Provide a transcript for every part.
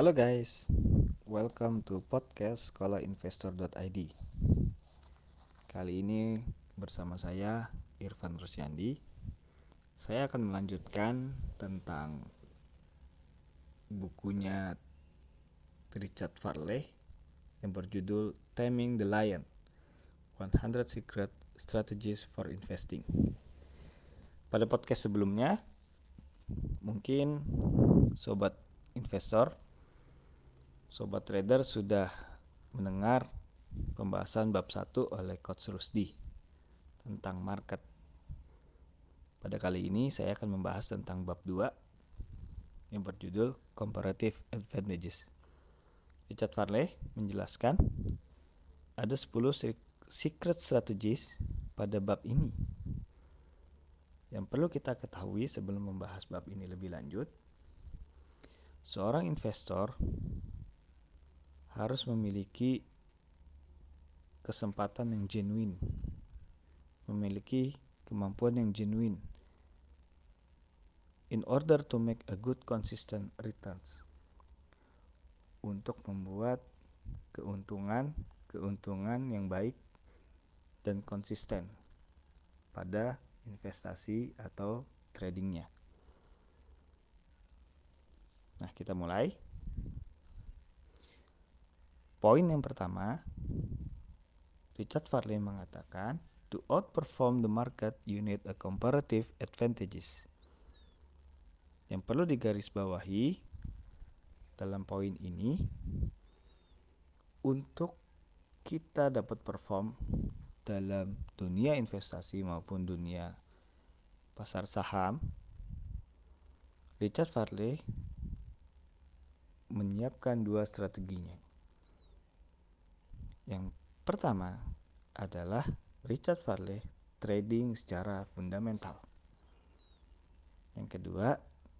Halo guys, welcome to podcast sekolahinvestor.id. Kali ini bersama saya Irfan Rusyandi. Saya akan melanjutkan tentang bukunya Richard Farley yang berjudul Taming the Lion: 100 Secret Strategies for Investing. Pada podcast sebelumnya, mungkin sobat investor, sobat trader sudah mendengar pembahasan bab 1 oleh Coach Rusdi tentang market. Pada kali ini saya akan membahas tentang bab 2 yang berjudul Comparative Advantages. Richard Farley menjelaskan ada 10 secret strategies pada bab ini. Yang perlu kita ketahui sebelum membahas bab ini lebih lanjut, seorang investor harus memiliki kesempatan yang genuine, memiliki kemampuan yang genuine in order to make a good consistent returns, untuk membuat keuntungan yang baik dan konsisten pada investasi atau tradingnya. Nah, kita mulai. Poin yang pertama, Richard Farley mengatakan, to outperform the market, you need a comparative advantages. Yang perlu digarisbawahi dalam poin ini, untuk kita dapat perform dalam dunia investasi maupun dunia pasar saham, Richard Farley menyiapkan 2 strateginya. Yang pertama adalah Richard Farley trading secara fundamental. Yang kedua,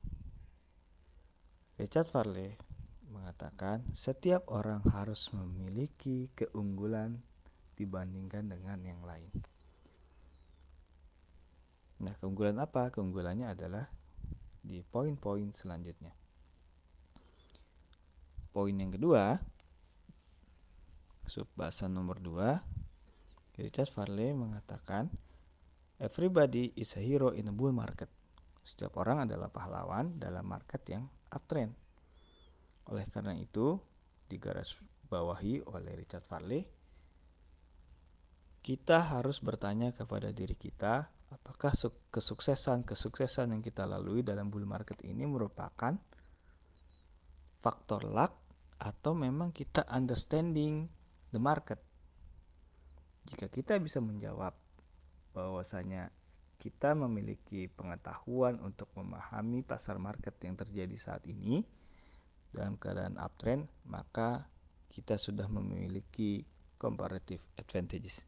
Richard Farley mengatakan setiap orang harus memiliki keunggulan dibandingkan dengan yang lain. Nah, keunggulan apa? Keunggulannya adalah di poin-poin selanjutnya. Poin yang kedua, subbahasan nomor 2, Richard Farley mengatakan everybody is a hero in a bull market. Setiap orang adalah pahlawan dalam market yang uptrend. Oleh karena itu, digarisbawahi oleh Richard Farley, kita harus bertanya kepada diri kita, apakah kesuksesan yang kita lalui dalam bull market ini merupakan faktor luck atau memang kita understanding the market. Jika kita bisa menjawab bahwasanya kita memiliki pengetahuan untuk memahami pasar market yang terjadi saat ini dalam keadaan uptrend, maka kita sudah memiliki comparative advantages.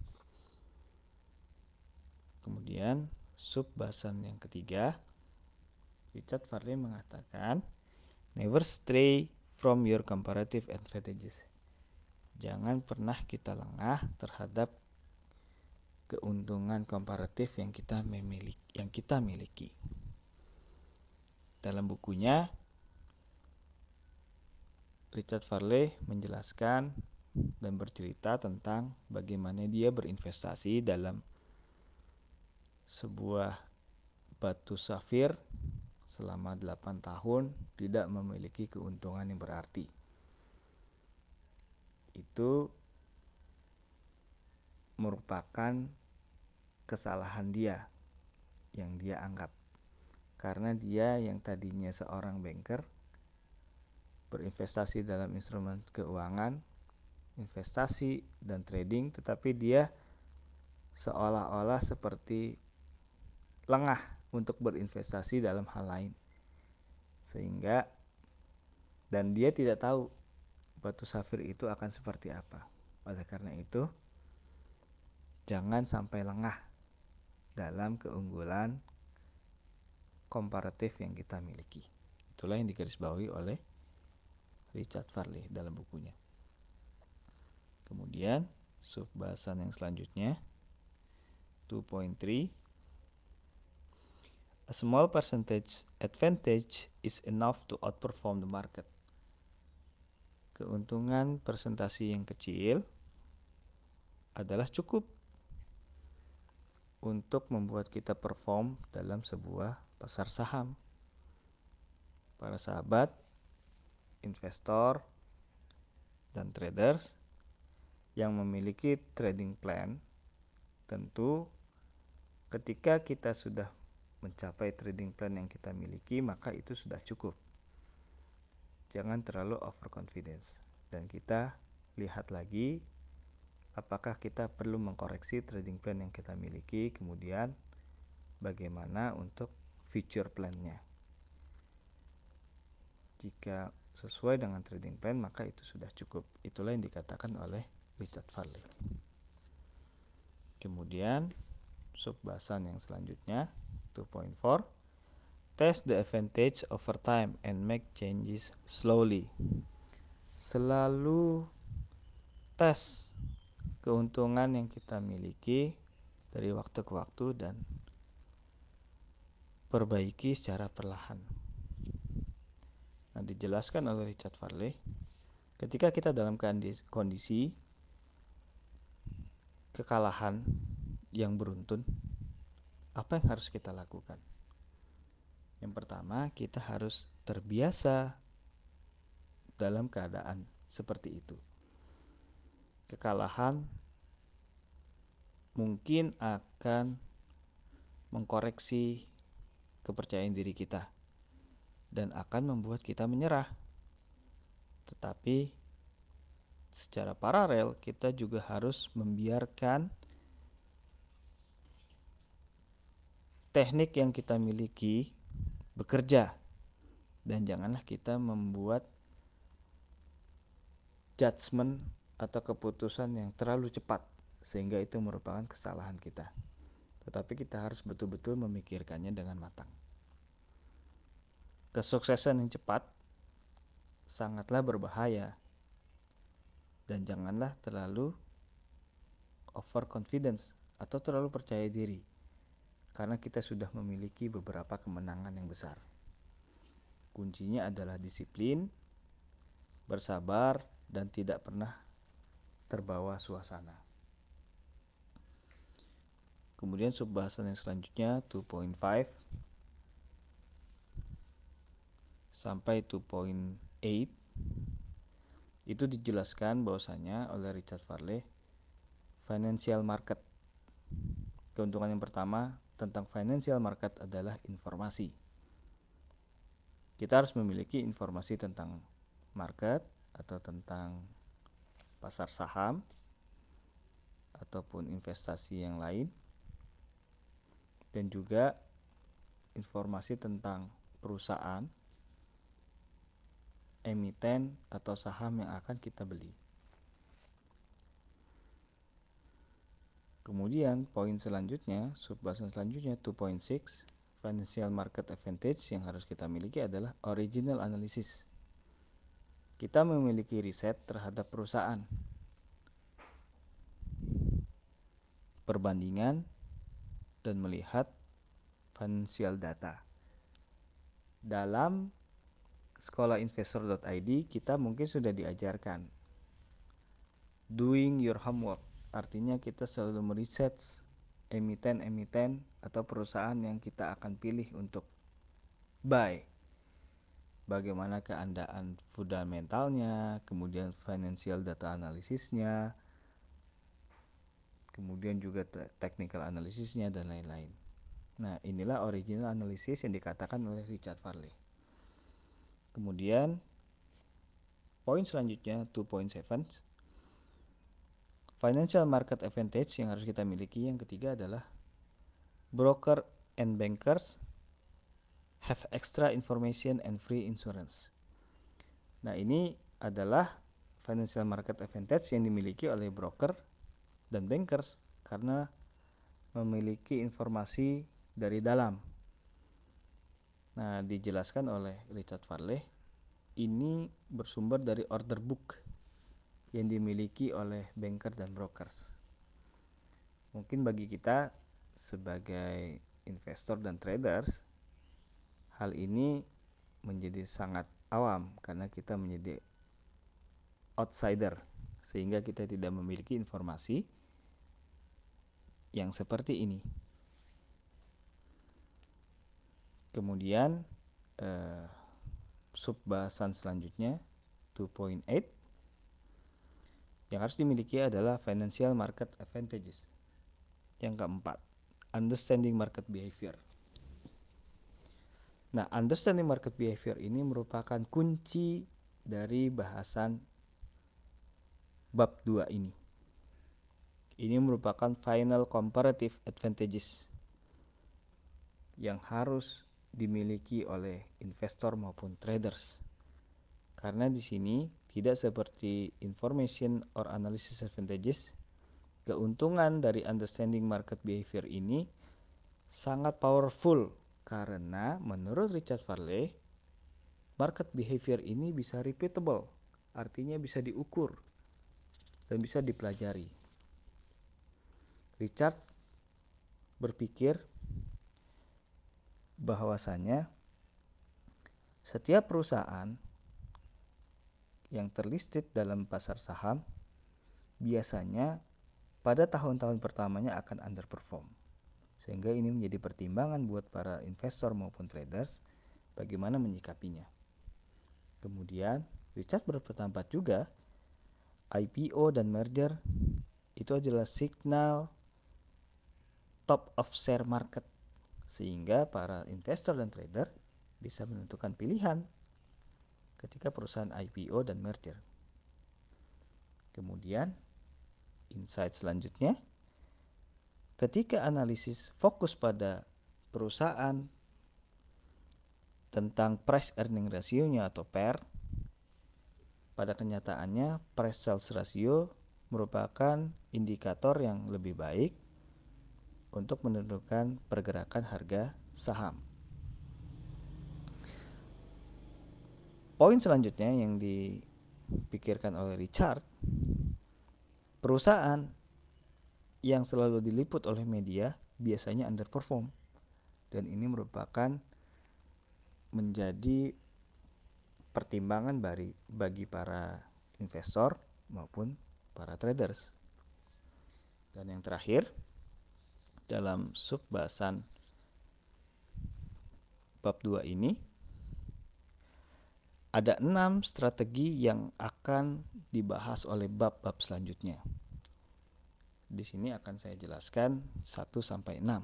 Kemudian subbahasan yang ketiga, Richard Farley mengatakan never stray from your comparative advantages. Jangan pernah kita lengah terhadap keuntungan komparatif yang kita miliki. Dalam bukunya, Richard Farley menjelaskan dan bercerita tentang bagaimana dia berinvestasi dalam sebuah batu safir selama 8 tahun tidak memiliki keuntungan yang berarti. Itu merupakan kesalahan dia yang dia anggap, karena dia yang tadinya seorang banker berinvestasi dalam instrumen keuangan, investasi dan trading, tetapi dia seolah-olah seperti lengah untuk berinvestasi dalam hal lain, sehingga dan dia tidak tahu batu safir itu akan seperti apa. Oleh karena itu, jangan sampai lengah dalam keunggulan komparatif yang kita miliki. Itulah yang digarisbawahi oleh Richard Farley dalam bukunya. Kemudian subbahasan yang selanjutnya 2.3, a small percentage advantage is enough to outperform the market. keuntungan persentase yang kecil adalah cukup untuk membuat kita perform dalam sebuah pasar saham. Para sahabat, investor, dan traders yang memiliki trading plan, tentu ketika kita sudah mencapai trading plan yang kita miliki, maka itu sudah cukup. Jangan terlalu overconfidence. Dan kita lihat lagi apakah kita perlu mengkoreksi trading plan yang kita miliki, kemudian bagaimana untuk future plan-nya. Jika sesuai dengan trading plan, maka itu sudah cukup. Itulah yang dikatakan oleh Richard Farley. Kemudian subbahasan yang selanjutnya 2.4, test the advantage over time and make changes slowly. Selalu tes keuntungan yang kita miliki dari waktu ke waktu dan perbaiki secara perlahan. Nah, dijelaskan oleh Richard Farley, ketika kita dalam kondisi kekalahan yang beruntun, apa yang harus kita lakukan? Yang pertama, kita harus terbiasa dalam keadaan seperti itu. Kekalahan mungkin akan mengkoreksi kepercayaan diri kita dan akan membuat kita menyerah. Tetapi secara paralel kita juga harus membiarkan teknik yang kita miliki bekerja, dan janganlah kita membuat judgement atau keputusan yang terlalu cepat sehingga itu merupakan kesalahan kita. Tetapi kita harus betul-betul memikirkannya dengan matang. Kesuksesan yang cepat sangatlah berbahaya, dan janganlah terlalu overconfidence atau terlalu percaya diri, karena kita sudah memiliki beberapa kemenangan yang besar. Kuncinya adalah disiplin, bersabar, dan tidak pernah terbawa suasana. Kemudian subbahasan yang selanjutnya 2.5 sampai 2.8 itu dijelaskan bahwasanya oleh Richard Farley, financial market. Keuntungan yang pertama tentang financial market adalah informasi. Kita harus memiliki informasi tentang market atau tentang pasar saham ataupun investasi yang lain, dan juga informasi tentang perusahaan, emiten atau saham yang akan kita beli. Kemudian poin selanjutnya, subbahasan selanjutnya 2.6, financial market advantage yang harus kita miliki adalah original analysis. Kita memiliki riset terhadap perusahaan, perbandingan, dan melihat financial data. Dalam sekolah investor.id kita mungkin sudah diajarkan doing your homework, artinya kita selalu meriset emiten-emiten atau perusahaan yang kita akan pilih untuk buy. Bagaimana keadaan fundamentalnya, kemudian financial data analisisnya, kemudian juga technical analisisnya, dan lain-lain. Nah, inilah original analysis yang dikatakan oleh Richard Farley. Kemudian poin selanjutnya 2.7, financial market advantage yang harus kita miliki yang ketiga adalah broker and bankers have extra information and free insurance. Nah, ini adalah financial market advantage yang dimiliki oleh broker dan bankers karena memiliki informasi dari dalam. Nah, dijelaskan oleh Richard Farley, ini bersumber dari order book yang dimiliki oleh banker dan brokers. Mungkin bagi kita sebagai investor dan traders, hal ini menjadi sangat awam karena kita menjadi outsider, sehingga kita tidak memiliki informasi yang seperti ini. Kemudian sub bahasan selanjutnya 2.8 yang harus dimiliki adalah financial market advantages. Yang keempat, understanding market behavior. Nah, understanding market behavior ini merupakan kunci dari bahasan bab 2 ini. Ini merupakan final comparative advantages yang harus dimiliki oleh investor maupun traders. Karena di sini tidak seperti information or analysis advantages, keuntungan dari understanding market behavior ini sangat powerful karena menurut Richard Farley, market behavior ini bisa repeatable, artinya bisa diukur dan bisa dipelajari. Richard berpikir bahwasanya setiap perusahaan yang terlisted dalam pasar saham biasanya pada tahun-tahun pertamanya akan underperform. Sehingga ini menjadi pertimbangan buat para investor maupun traders bagaimana menyikapinya. Kemudian Richard berpendapat juga IPO dan merger itu adalah signal top of share market, sehingga para investor dan trader bisa menentukan pilihan ketika perusahaan IPO dan merger. Kemudian insight selanjutnya, ketika analisis fokus pada perusahaan tentang price earning ratio-nya atau PER, pada kenyataannya price sales ratio merupakan indikator yang lebih baik untuk menentukan pergerakan harga saham. Poin selanjutnya yang dipikirkan oleh Richard, perusahaan yang selalu diliput oleh media biasanya underperform, dan ini merupakan menjadi pertimbangan bagi para investor maupun para traders. Dan yang terakhir, dalam sub bahasan bab 2 ini ada 6 strategi yang akan dibahas oleh bab-bab selanjutnya. Di sini akan saya jelaskan 1 sampai 6.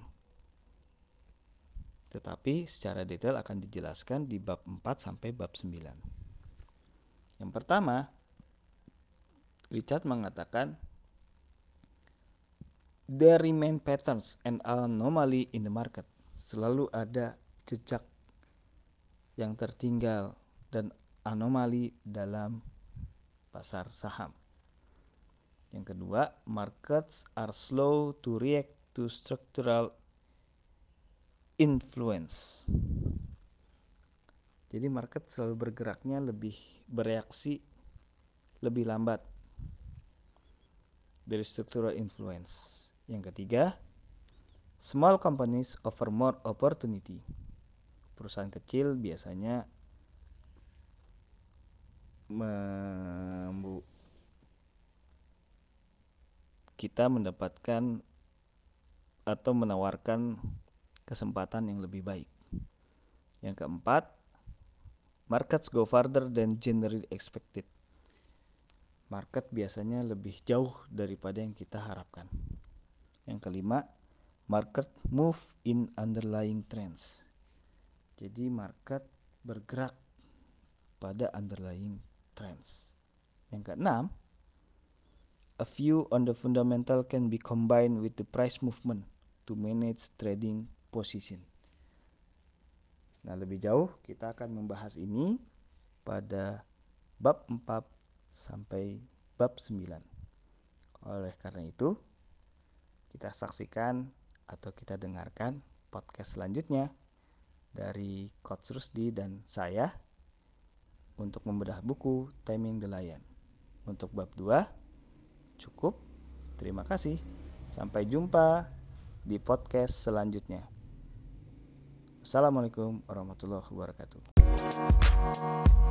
Tetapi secara detail akan dijelaskan di bab 4 sampai bab 9. Yang pertama, Richard mengatakan there remain patterns and anomaly in the market. Selalu ada jejak yang tertinggal dan anomali dalam pasar saham. Yang kedua, markets are slow to react to structural influence. Jadi market selalu bergeraknya bereaksi lebih lambat dari structural influence. Yang ketiga, small companies offer more opportunity. Perusahaan kecil biasanya kita mendapatkan atau menawarkan kesempatan yang lebih baik. Yang keempat, markets go farther than generally expected. Market biasanya lebih jauh daripada yang kita harapkan. Yang kelima, market move in underlying trends. Jadi market bergerak pada underlying trends. Yang keenam, a view on the fundamental can be combined with the price movement to manage trading position. Nah, lebih jauh kita akan membahas ini pada bab 4 sampai bab 9. Oleh karena itu, kita saksikan atau kita dengarkan podcast selanjutnya dari Coach Rusdi dan saya untuk membedah buku Taming the Lion. Untuk bab 2 cukup. Terima kasih. Sampai jumpa di podcast selanjutnya. Assalamualaikum warahmatullahi wabarakatuh.